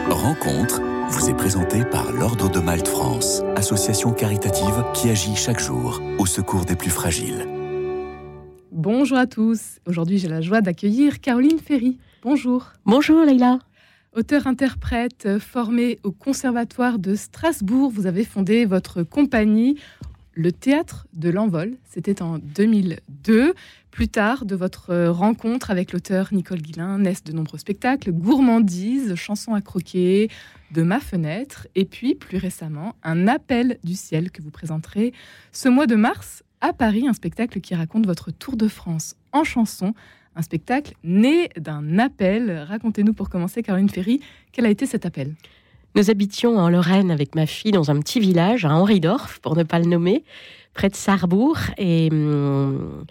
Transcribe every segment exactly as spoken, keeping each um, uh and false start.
Rencontre vous est présentée par l'Ordre de Malte France, association caritative qui agit chaque jour au secours des plus fragiles. Bonjour à tous. Aujourd'hui, j'ai la joie d'accueillir Caroline Ferry. Bonjour. Bonjour Leïla. Auteure-interprète formée au Conservatoire de Strasbourg, vous avez fondé votre compagnie, le Théâtre de l'Envol. C'était en deux mille deux. Plus tard, de votre rencontre avec l'auteur Nicole Guillain, naissent de nombreux spectacles, Gourmandise, Chansons à croquer, De ma fenêtre, et puis, plus récemment, Un appel du ciel que vous présenterez ce mois de mars à Paris, un spectacle qui raconte votre tour de France en chanson, un spectacle né d'un appel. Racontez-nous pour commencer, Caroline Ferry, quel a été cet appel ? Nous habitions en Lorraine avec ma fille dans un petit village, à Henridorf, pour ne pas le nommer, près de Sarrebourg. Et euh,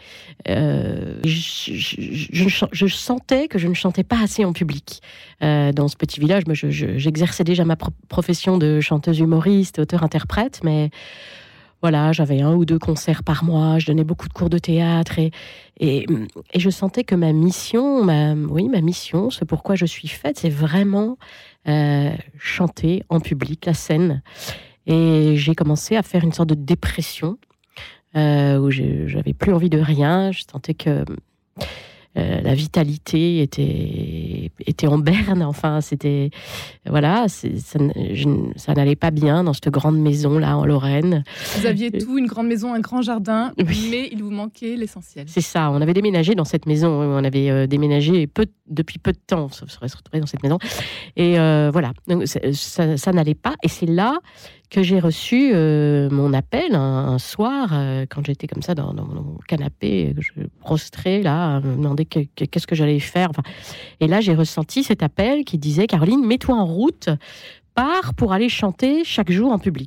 je, je, je, je sentais que je ne chantais pas assez en public. Euh, dans ce petit village, moi, je, je, j'exerçais déjà ma pro- profession de chanteuse humoriste, auteur-interprète, mais voilà, j'avais un ou deux concerts par mois, je donnais beaucoup de cours de théâtre et, et, et je sentais que ma mission, ma, oui, ma mission, ce pourquoi je suis faite, c'est vraiment euh, chanter en public, la scène. Et j'ai commencé à faire une sorte de dépression euh, où je, j'avais plus envie de rien, je sentais que Euh, la vitalité était, était en berne, enfin, c'était, voilà, c'est, ça, je, ça n'allait pas bien dans cette grande maison, là, en Lorraine. Vous aviez tout, une grande maison, un grand jardin, oui. Mais il vous manquait l'essentiel. C'est ça, on avait déménagé dans cette maison, on avait euh, déménagé peu, depuis peu de temps, on se serait retrouvé dans cette maison, et euh, voilà, donc, ça, ça n'allait pas, et c'est là que j'ai reçu euh, mon appel un, un soir, euh, quand j'étais comme ça dans, dans mon canapé, que je prostrais là, me demandais que, que, qu'est-ce que j'allais faire. Enfin, et là, j'ai ressenti cet appel qui disait « Caroline, mets-toi en route, pars pour aller chanter chaque jour en public ».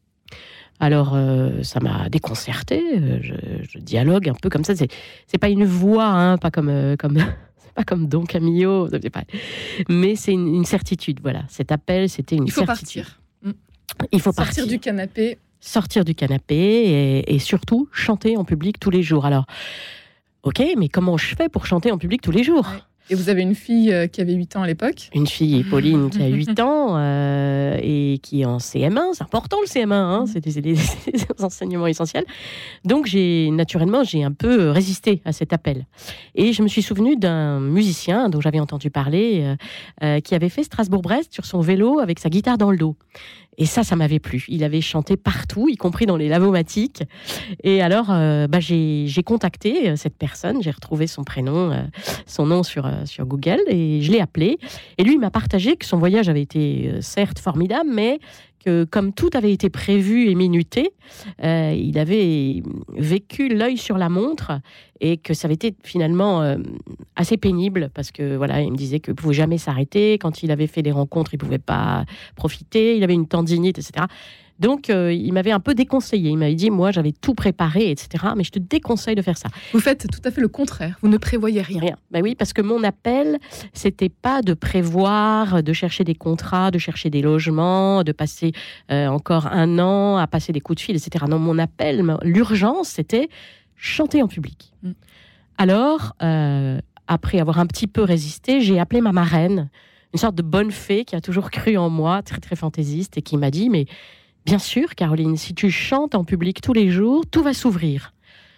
Alors, euh, ça m'a déconcertée, je, je dialogue un peu comme ça, c'est, c'est pas une voix, hein, pas comme... Euh, comme pas comme Don Camillo, pas... mais c'est une, une certitude, voilà. Cet appel, c'était une Il faut certitude. Partir. Il faut sortir partir. du canapé. Sortir du canapé et, et surtout chanter en public tous les jours. Alors, ok, mais comment je fais pour chanter en public tous les jours ? Ouais. Et vous avez une fille qui avait huit ans à l'époque ? Une fille, Pauline, qui a huit ans euh, et qui est en C M un. C'est important le C M un, hein, c'est, des, c'est des enseignements essentiels. Donc, j'ai, naturellement, j'ai un peu résisté à cet appel. Et je me suis souvenue d'un musicien dont j'avais entendu parler, euh, euh, qui avait fait Strasbourg-Brest sur son vélo avec sa guitare dans le dos. Et ça, ça m'avait plu. Il avait chanté partout, y compris dans les lavomatiques. Et alors, euh, bah, j'ai, j'ai contacté cette personne, j'ai retrouvé son prénom, euh, son nom sur, euh, sur Google, et je l'ai appelé. Et lui, il m'a partagé que son voyage avait été, euh, certes, formidable, mais que comme tout avait été prévu et minuté, euh, il avait vécu l'œil sur la montre et que ça avait été finalement euh, assez pénible parce que voilà, il me disait qu'il ne pouvait jamais s'arrêter. Quand il avait fait des rencontres, il ne pouvait pas profiter. Il avait une tendinite, et cetera. Donc, euh, il m'avait un peu déconseillé. Il m'avait dit, moi, j'avais tout préparé, et cetera. Mais je te déconseille de faire ça. Vous faites tout à fait le contraire. Vous ne prévoyez rien. Rien. Ben oui, parce que mon appel, c'était pas de prévoir, de chercher des contrats, de chercher des logements, de passer euh, encore un an à passer des coups de fil, et cetera. Non, mon appel, l'urgence, c'était chanter en public. Mm. Alors, euh, après avoir un petit peu résisté, j'ai appelé ma marraine, une sorte de bonne fée qui a toujours cru en moi, très très fantaisiste, et qui m'a dit, mais bien sûr, Caroline, si tu chantes en public tous les jours, tout va s'ouvrir.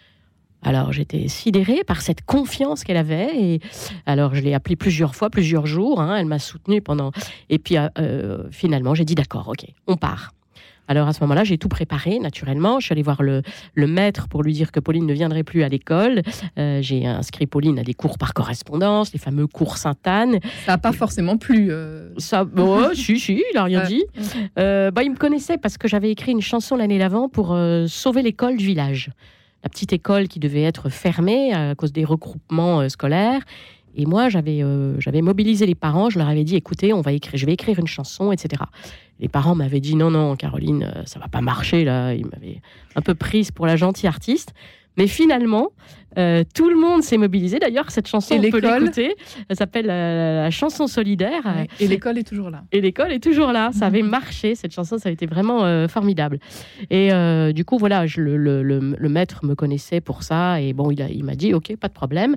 Alors, j'étais sidérée par cette confiance qu'elle avait. Et alors, je l'ai appelée plusieurs fois, plusieurs jours. Hein, elle m'a soutenue pendant... Et puis, euh, finalement, j'ai dit, d'accord, ok, on part. Alors, à ce moment-là, j'ai tout préparé, naturellement. Je suis allée voir le, le maître pour lui dire que Pauline ne viendrait plus à l'école. Euh, j'ai inscrit Pauline à des cours par correspondance, les fameux cours Sainte-Anne. Ça n'a pas forcément plu. Euh... Ça, oh, si, si, il n'a rien ouais. dit. Euh, bah, il me connaissait parce que j'avais écrit une chanson l'année d'avant pour euh, sauver l'école du village. La petite école qui devait être fermée à cause des regroupements euh, scolaires. Et moi, j'avais, euh, j'avais mobilisé les parents. Je leur avais dit, écoutez, on va écrire, je vais écrire une chanson, et cetera. Les parents m'avaient dit, non, non, Caroline, ça va pas marcher, là. Ils m'avaient un peu prise pour la gentille artiste. Mais finalement, euh, tout le monde s'est mobilisé. D'ailleurs, cette chanson, et on peut l'écouter. Elle s'appelle euh, la chanson solidaire. Ouais, et l'école est toujours là. Et l'école est toujours là. Ça avait marché, cette chanson. Ça a été vraiment euh, formidable. Et euh, du coup, voilà, je, le, le, le, le maître me connaissait pour ça. Et bon, il, a, il m'a dit, OK, pas de problème.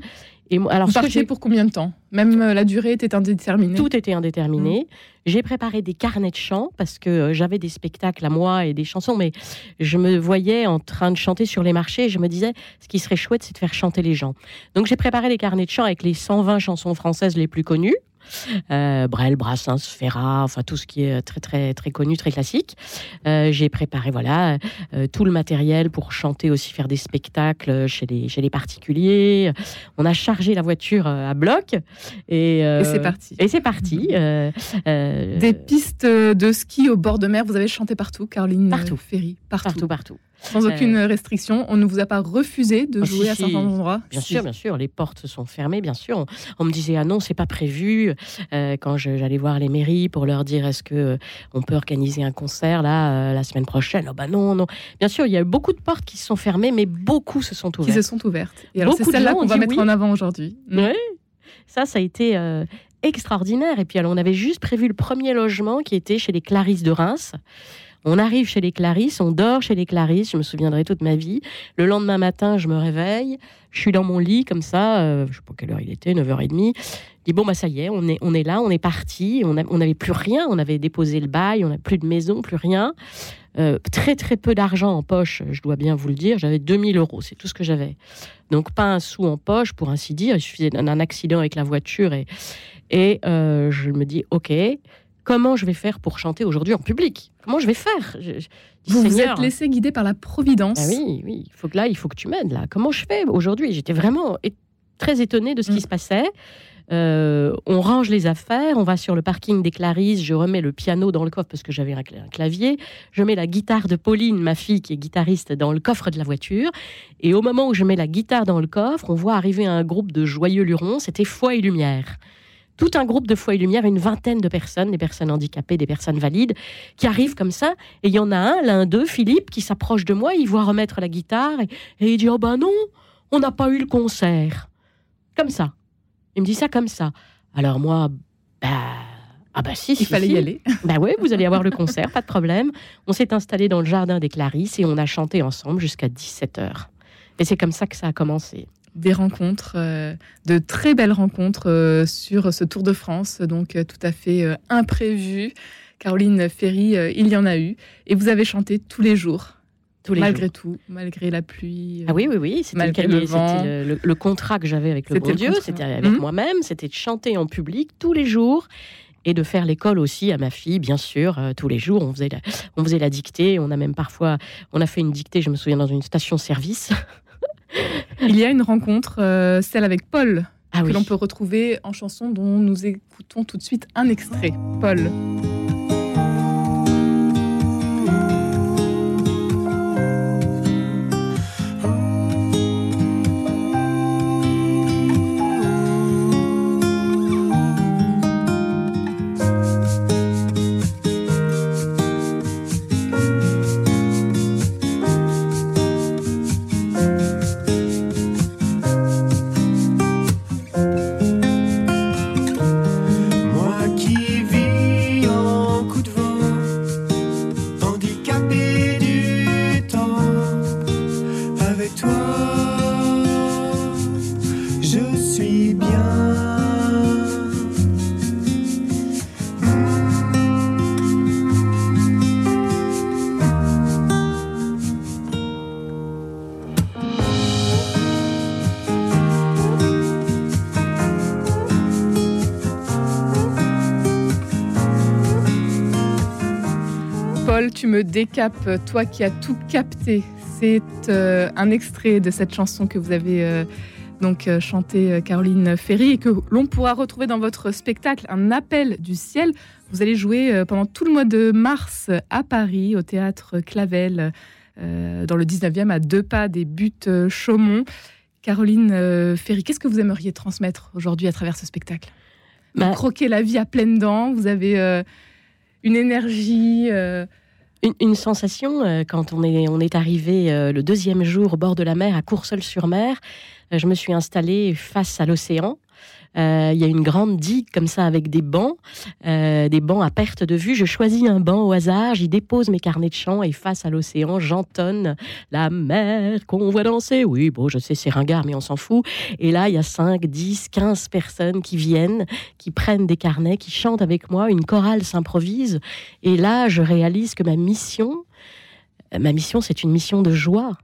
Et moi, alors, Vous partiez pour combien de temps? Même euh, la durée était indéterminée? Tout était indéterminé. Mmh. J'ai préparé des carnets de chant parce que euh, j'avais des spectacles à moi et des chansons, mais je me voyais en train de chanter sur les marchés et je me disais, ce qui serait chouette, c'est de faire chanter les gens. Donc, j'ai préparé les carnets de chant avec les cent vingt chansons françaises les plus connues. Euh, Brel, Brassens, Ferrat, enfin tout ce qui est très très très connu, très classique. Euh, j'ai préparé voilà euh, tout le matériel pour chanter aussi, faire des spectacles chez les chez les particuliers. On a chargé la voiture à bloc et, euh, et c'est parti. Et c'est parti. Euh, euh, des pistes de ski au bord de mer. Vous avez chanté partout, Caroline partout. Ferry, partout, partout, partout. Sans aucune euh... restriction. On ne vous a pas refusé de oh, jouer si, à certains si. endroits? Bien si. sûr, bien sûr. Les portes se sont fermées, bien sûr. On, on me disait, ah non, c'est pas prévu. Euh, quand je, j'allais voir les mairies pour leur dire, est-ce que euh, on peut organiser un concert là euh, la semaine prochaine? Oh bah non, non. Bien sûr, il y a eu beaucoup de portes qui se sont fermées, mais beaucoup se sont ouvertes. Qui se sont ouvertes. Et alors, beaucoup c'est celle-là qu'on va mettre oui. en avant aujourd'hui. Mmh. Oui. Ça, ça a été euh, extraordinaire. Et puis, alors, on avait juste prévu le premier logement qui était chez les Clarisses de Reims. On arrive chez les Clarisses, on dort chez les Clarisses, je me souviendrai toute ma vie. Le lendemain matin, je me réveille, je suis dans mon lit comme ça, euh, je ne sais pas quelle heure il était, neuf heures trente. Je dis bon, bah ça y est, on est, on est là, on est parti, on n'avait plus rien, on avait déposé le bail, on n'a plus de maison, plus rien. Euh, très très peu d'argent en poche, je dois bien vous le dire, j'avais deux mille euros, c'est tout ce que j'avais. Donc pas un sou en poche, pour ainsi dire, il suffisait d'un accident avec la voiture et, et euh, je me dis ok, comment je vais faire pour chanter aujourd'hui en public? Comment je vais faire? je, je, Vous vous êtes laissé guider par la Providence. Ah oui, oui. Il faut que là, il faut que tu m'aides là. Comment je fais aujourd'hui? J'étais vraiment é- très étonnée de ce qui mmh. se passait. Euh, on range les affaires, on va sur le parking des Clarisses, je remets le piano dans le coffre parce que j'avais un clavier, je mets la guitare de Pauline, ma fille qui est guitariste, dans le coffre de la voiture, et au moment où je mets la guitare dans le coffre, on voit arriver un groupe de joyeux lurons, c'était Foi et Lumière. Tout un groupe de Foi et Lumière, une vingtaine de personnes, des personnes handicapées, des personnes valides, qui arrivent comme ça. Et il y en a un, l'un d'eux, Philippe, qui s'approche de moi, il voit remettre la guitare et, et il dit « Oh ben non, on n'a pas eu le concert. » Comme ça. Il me dit ça comme ça. Alors moi, bah... Ah bah si, il si, fallait si. y aller. Bah oui, vous allez avoir le concert, pas de problème. On s'est installé dans le jardin des Clarisses et on a chanté ensemble jusqu'à dix-sept heures. Et c'est comme ça que ça a commencé. Des rencontres, euh, de très belles rencontres euh, sur ce Tour de France, donc euh, tout à fait euh, imprévu. Caroline Ferry, euh, il y en a eu. Et vous avez chanté tous les jours, tous les malgré jours. tout, malgré la pluie. Euh, ah oui, oui, oui. C'était, malgré le, le, vent. c'était le, le, le contrat que j'avais avec le bon Dieu, c'était avec mmh. moi-même, c'était de chanter en public tous les jours. Et de faire l'école aussi à ma fille, bien sûr, euh, tous les jours. On faisait, la, on faisait la dictée. On a même parfois... On a fait une dictée, je me souviens, dans une station-service. Il y a une rencontre, euh, celle avec Paul, ah que oui. l'on peut retrouver en chanson dont nous écoutons tout de suite un extrait. Paul. Paul, tu me décapes, toi qui as tout capté. C'est euh, un extrait de cette chanson que vous avez euh, donc euh, chantée, euh, Caroline Ferry, et que l'on pourra retrouver dans votre spectacle, Un appel du ciel. Vous allez jouer euh, pendant tout le mois de mars à Paris, au théâtre Clavel, euh, dans le dix-neuvième, à deux pas des buttes euh, Chaumont. Caroline euh, Ferry, qu'est-ce que vous aimeriez transmettre aujourd'hui à travers ce spectacle? Bah, vous croquez la vie à pleines dents, vous avez... Euh, une énergie... Euh... Une, une sensation, euh, quand on est, on est arrivé euh, le deuxième jour au bord de la mer, à Courseulles-sur-Mer, euh, je me suis installée face à l'océan. Euh, il y a une grande digue comme ça avec des bancs, euh, des bancs à perte de vue. Je choisis un banc au hasard, j'y dépose mes carnets de chant et face à l'océan, j'entonne la mer qu'on voit danser. Oui, bon, je sais, c'est ringard, mais on s'en fout. Et là, il y a cinq, dix, quinze personnes qui viennent, qui prennent des carnets, qui chantent avec moi. Une chorale s'improvise. Et là, je réalise que ma mission, ma mission, c'est une mission de joie.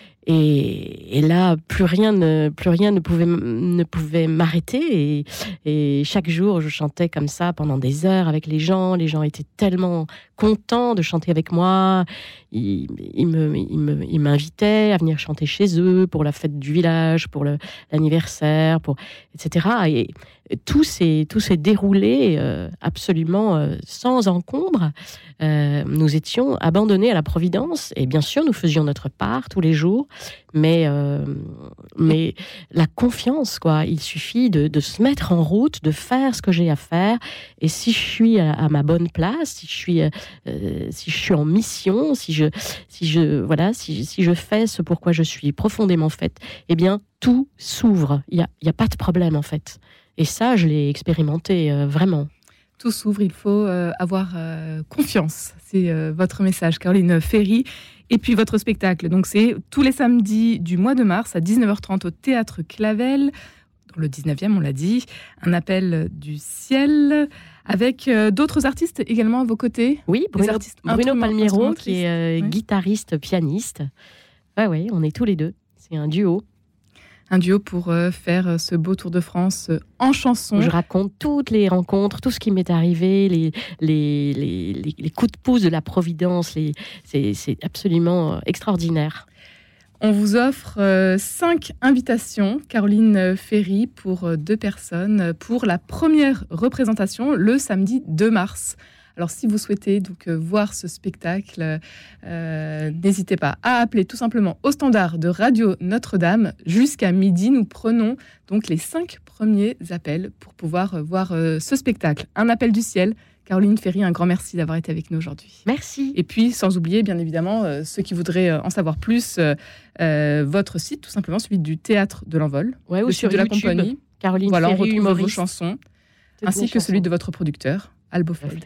Et, et là, plus rien ne, plus rien ne pouvait, ne pouvait m'arrêter. Et, et chaque jour, je chantais comme ça pendant des heures avec les gens. Les gens étaient tellement contents de chanter avec moi. Ils, ils, me, ils, me, ils m'invitaient à venir chanter chez eux pour la fête du village, pour le, l'anniversaire, pour, et cetera. Et tout s'est, tout s'est déroulé euh, absolument euh, sans encombre. Euh, nous étions abandonnés à la Providence. Et bien sûr, nous faisions notre part tous les jours. Mais, euh, mais la confiance, quoi. Il suffit de, de se mettre en route, de faire ce que j'ai à faire. Et si je suis à, à ma bonne place, si je suis, euh, si je suis en mission, si je, si je, voilà, si, si je fais ce pourquoi je suis profondément faite, eh bien, tout s'ouvre. Il y a, il y a pas de problème, en fait. Et ça, je l'ai expérimenté, euh, vraiment. Tout s'ouvre, il faut euh, avoir euh, confiance. C'est euh, votre message, Caroline Ferry. Et puis votre spectacle, donc c'est tous les samedis du mois de mars à dix-neuf heures trente au Théâtre Clavel, dans le dix-neuvième, on l'a dit. Un appel du ciel, avec euh, d'autres artistes également à vos côtés. Oui, Bruno, Bruno Palmiero, qui est euh, oui. guitariste, pianiste. Oui, ouais, on est tous les deux. C'est un duo. Un duo pour euh, faire ce beau Tour de France euh, en chanson. Je raconte toutes les rencontres, tout ce qui m'est arrivé, les, les, les, les, les coups de pouce de la Providence. Les, c'est, c'est absolument extraordinaire. On vous offre euh, cinq invitations, Caroline Ferry, pour euh, deux personnes, pour la première représentation le samedi deux mars. Alors, si vous souhaitez donc euh, voir ce spectacle, euh, n'hésitez pas à appeler tout simplement au standard de Radio Notre-Dame. Jusqu'à midi, nous prenons donc les cinq premiers appels pour pouvoir euh, voir euh, ce spectacle. Un appel du ciel. Caroline Ferry, un grand merci d'avoir été avec nous aujourd'hui. Merci. Et puis, sans oublier, bien évidemment, euh, ceux qui voudraient euh, en savoir plus, euh, euh, votre site, tout simplement, celui du Théâtre de l'Envol, ouais, le sur site de la YouTube, compagnie. Caroline voilà, Ferry, on retrouve humoriste. vos chansons, C'est ainsi que chansons. celui de votre producteur, Albofeld.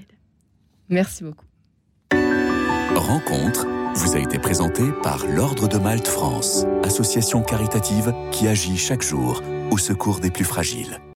Merci beaucoup. Rencontre vous a été présentée par l'Ordre de Malte France, association caritative qui agit chaque jour au secours des plus fragiles.